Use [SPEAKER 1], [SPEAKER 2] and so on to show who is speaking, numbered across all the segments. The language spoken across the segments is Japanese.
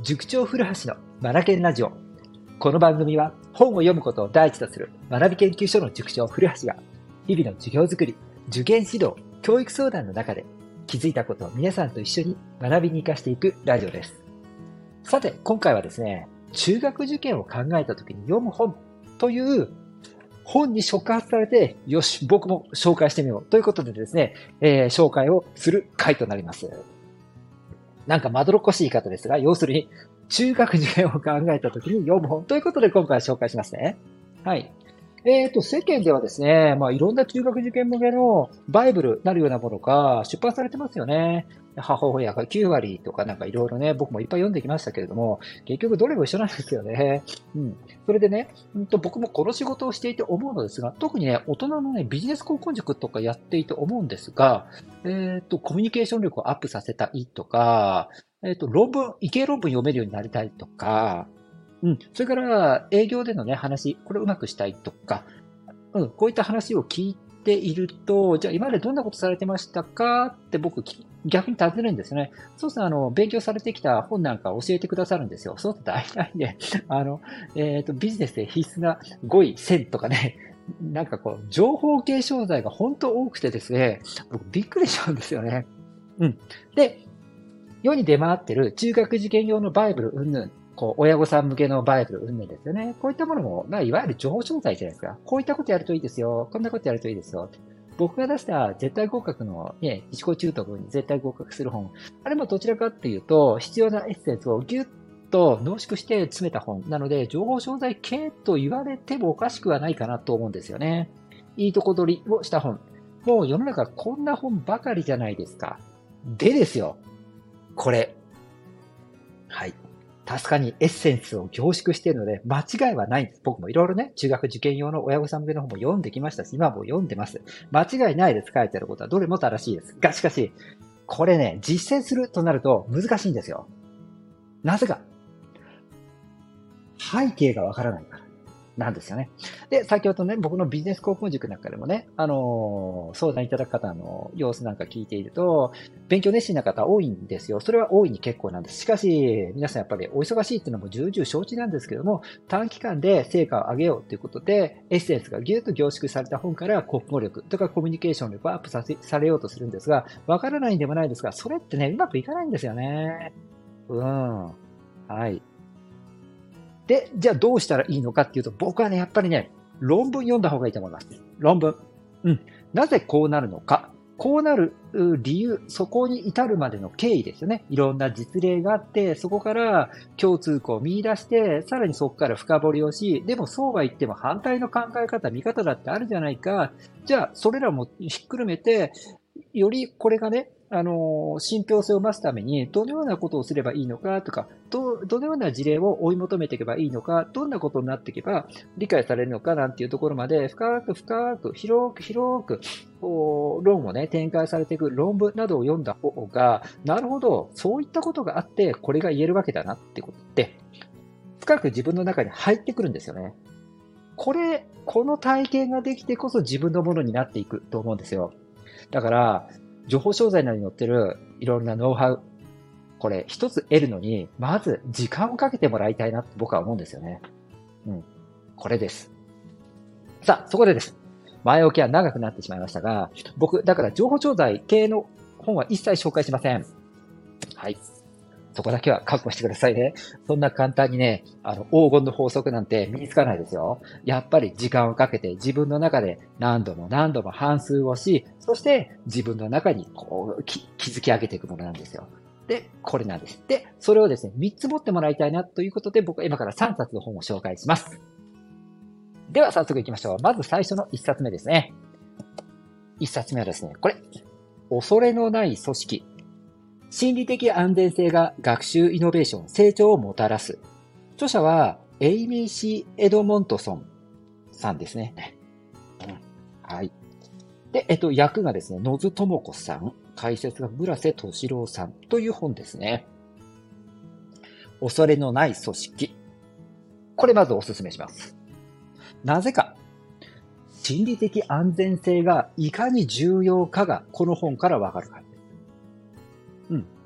[SPEAKER 1] 塾長古橋のマナケンラジオ。この番組は本を読むことを第一とする学び研究所の塾長古橋が日々の授業づくり、受験指導、教育相談の中で気づいたことを皆さんと一緒に学びに活かしていくラジオです。さて、今回はですね、中学受験を考えた時に読む本という本に触発されて、よし、僕も紹介してみようということでですね、紹介をする回となります。なんかまどろっこしい言い方ですが、要するに中学受験を考えた時に読む本ということで今回紹介しますね。はい。世間ではですね、いろんな中学受験向けのバイブルなるようなものが出版されてますよね。母親が9割とかなんかいろいろね、僕もいっぱい読んできましたけれども、結局どれも一緒なんですよね。それでね、僕もこの仕事をしていて思うのですが、特にね、大人のね、ビジネス高校塾とかやっていて思うんですが、コミュニケーション力をアップさせたいとか、理系論文読めるようになりたいとか、それから営業でのね、話、これをうまくしたいとか、こういった話を聞いていると、じゃあ今までどんなことされてましたかって僕逆に尋ねるんですね。そうすると勉強されてきた本なんか教えてくださるんですよ。そうすると大体ね、ビジネスで必須な語彙、線とかね、なんかこう、情報系商材が本当多くてですね、僕びっくりしちゃうんですよね。で、世に出回ってる中学受験用のバイブル云々、親御さん向けのバイブル云々ですよね。こういったものも、いわゆる情報商材じゃないですか。こういったことやるといいですよ。こんなことやるといいですよ。僕が出した絶対合格のね、一高中等に絶対合格する本。あれもどちらかっていうと、必要なエッセンスをギュッと濃縮して詰めた本。なので、情報商材系と言われてもおかしくはないかなと思うんですよね。いいとこ取りをした本。もう世の中こんな本ばかりじゃないですか。でですよ。これ。はい。確かにエッセンスを凝縮しているので、間違いはないんです。僕もいろいろね、中学受験用の親御さん向けの本も読んできましたし、今も読んでます。間違いないです。書いてあることはどれも正しいです。が、しかし、これね、実践するとなると難しいんですよ。なぜか。背景がわからないから。なんですよね。で、先ほどね、僕のビジネス高校塾なんかでもね、相談いただく方の様子なんか聞いていると、勉強熱心な方多いんですよ。それは大いに結構なんです。しかし、皆さんやっぱりお忙しいっていうのも重々承知なんですけども、短期間で成果を上げようということで、エッセンスがぎゅっと凝縮された本から国語力とかコミュニケーション力をアップされようとするんですが、わからないんでもないですが、それってね、うまくいかないんですよね。はい。で、じゃあどうしたらいいのかっていうと、僕はね、やっぱりね、論文読んだ方がいいと思います。論文。なぜこうなるのか。こうなる理由、そこに至るまでの経緯ですよね。いろんな実例があって、そこから共通項を見出して、さらにそこから深掘りをし、でもそうは言っても反対の考え方、見方だってあるじゃないか。じゃあ、それらもひっくるめて、よりこれがね、信憑性を増すために、どのようなことをすればいいのかとか、どのような事例を追い求めていけばいいのか、どんなことになっていけば理解されるのかなんていうところまで、深く深く、広く、論をね、展開されていく論文などを読んだ方が、なるほど、そういったことがあって、これが言えるわけだなってことって、深く自分の中に入ってくるんですよね。この体験ができてこそ自分のものになっていくと思うんですよ。だから、情報商材などに載ってるいろんなノウハウ、これ一つ得るのに、まず時間をかけてもらいたいなって僕は思うんですよね。これです。さあ、そこでです。前置きは長くなってしまいましたが、僕、だから情報商材系の本は一切紹介しません。はい。そこだけは覚悟してくださいね。そんな簡単にね、黄金の法則なんて身につかないですよ。やっぱり時間をかけて自分の中で何度も何度も反芻をし、そして自分の中に築き上げていくものなんですよ。で、これなんです。で、それをですね、3つ持ってもらいたいなということで、僕は今から3冊の本を紹介します。では早速行きましょう。まず最初の1冊目ですね。1冊目はですね、これ。恐れのない組織。心理的安全性が学習イノベーション、成長をもたらす。著者は、エイミー・シー・エドモントソンさんですね。はい。で、訳がですね、野津智子さん、解説が村瀬敏郎さんという本ですね。恐れのない組織。これまずお勧めします。なぜか。心理的安全性がいかに重要かがこの本からわかるからです。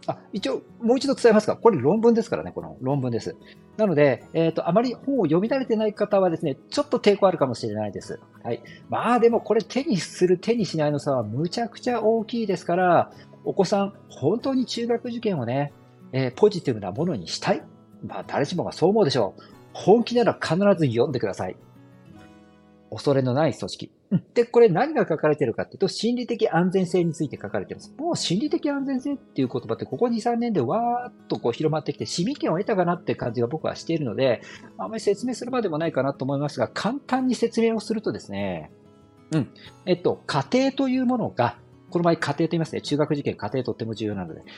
[SPEAKER 1] 一応、もう一度伝えますか。これ論文ですからね、この論文です。なので、あまり本を読み慣れてない方はですね、ちょっと抵抗あるかもしれないです。はい。まあでもこれ手にする、手にしないの差はむちゃくちゃ大きいですから、お子さん、本当に中学受験をね、ポジティブなものにしたい。まあ誰しもがそう思うでしょう。本気なら必ず読んでください。恐れのない組織。で、これ何が書かれているかっていうと、心理的安全性について書かれています。もう心理的安全性っていう言葉ってここ2、3年でわーっとこう広まってきて、市民権を得たかなって感じが僕はしているので、あまり説明するまでもないかなと思いますが、簡単に説明をするとですね、家庭というものが、この場合家庭と言いますね。中学受験、家庭とっても重要なので、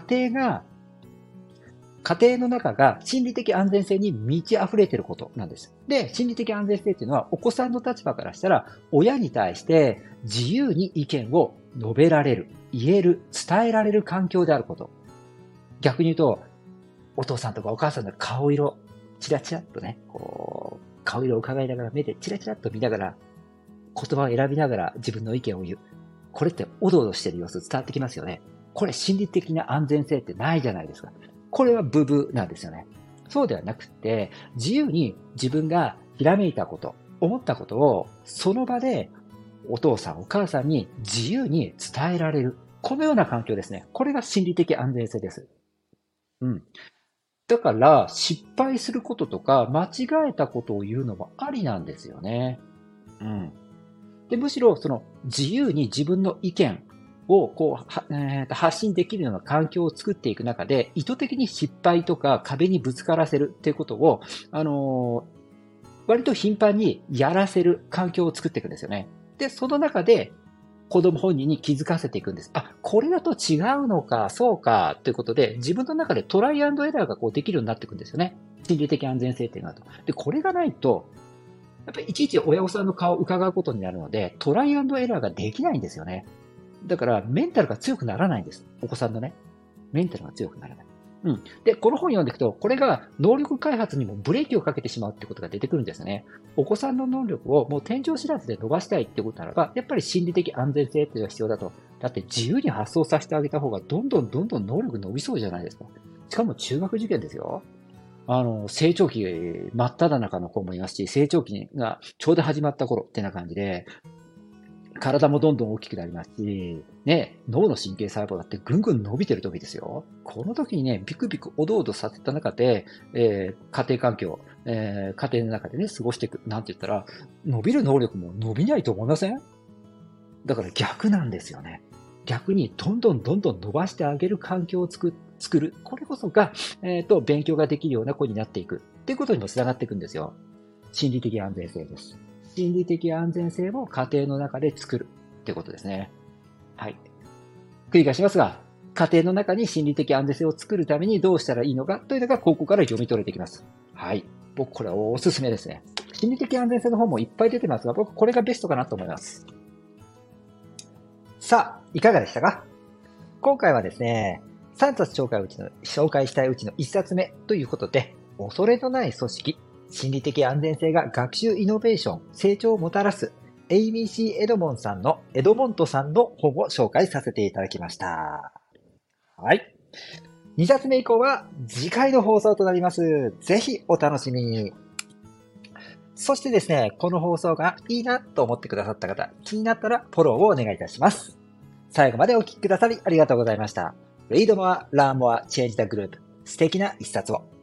[SPEAKER 1] 家庭の中が心理的安全性に満ち溢れていることなんです。で、心理的安全性っていうのはお子さんの立場からしたら親に対して自由に意見を述べられる、言える、伝えられる環境であること。逆に言うと、お父さんとかお母さんの顔色、チラチラっとね、こう、顔色を伺いながら目でチラチラっと見ながら言葉を選びながら自分の意見を言う。これっておどおどしてる様子伝わってきますよね。これ心理的な安全性ってないじゃないですか。これはブブなんですよね。そうではなくて、自由に自分がひらめいたこと、思ったことをその場でお父さんお母さんに自由に伝えられる。このような環境ですね。これが心理的安全性です。うん。だから失敗することとか間違えたことを言うのもありなんですよね。うん。で、むしろその自由に自分の意見をこう、発信できるような環境を作っていく中で、意図的に失敗とか壁にぶつからせるっていうことを、割と頻繁にやらせる環境を作っていくんですよね。で、その中で子供本人に気づかせていくんです。あ、これだと違うのか、そうか、ということで、自分の中でトライアンドエラーがこうできるようになっていくんですよね。心理的安全性っていうのはと。で、これがないと、やっぱりいちいち親御さんの顔を伺うことになるので、トライアンドエラーができないんですよね。だから、メンタルが強くならないんです。お子さんのね。メンタルが強くならない。うん。で、この本読んでいくと、これが能力開発にもブレーキをかけてしまうってことが出てくるんですね。お子さんの能力をもう天井知らずで伸ばしたいってことならば、やっぱり心理的安全性っていうのが必要だと。だって自由に発想させてあげた方がどんどんどんどん能力伸びそうじゃないですか。しかも中学受験ですよ。成長期真っ只中の子もいますし、成長期がちょうど始まった頃ってな感じで、体もどんどん大きくなりますし、ね、脳の神経細胞だってぐんぐん伸びてる時ですよ。この時にね、ビクビクおどおどさせた中で、家庭環境、家庭の中でね、過ごしていく、なんて言ったら、伸びる能力も伸びないと思いません？だから逆なんですよね。逆にどんどんどんどん伸ばしてあげる環境を作る。これこそが、勉強ができるような子になっていく。っていうことにもつながっていくんですよ。心理的安全性です。心理的安全性を家庭の中で作るってことですね。はい。繰り返しますが、家庭の中に心理的安全性を作るためにどうしたらいいのかというのがここから読み取れてきます。はい。僕これはおすすめですね。心理的安全性の本もいっぱい出てますが、僕これがベストかなと思います。さあ、いかがでしたか？今回はですね、3冊紹介したいうちの1冊目ということで、恐れのない組織、心理的安全性が学習イノベーション、成長をもたらす、ABC エドモントさんの本を紹介させていただきました。はい。2冊目以降は次回の放送となります。ぜひお楽しみに。そしてですね、この放送がいいなと思ってくださった方、気になったらフォローをお願いいたします。最後までお聞きくださりありがとうございました。Read more, learn more, change the group. 素敵な一冊を。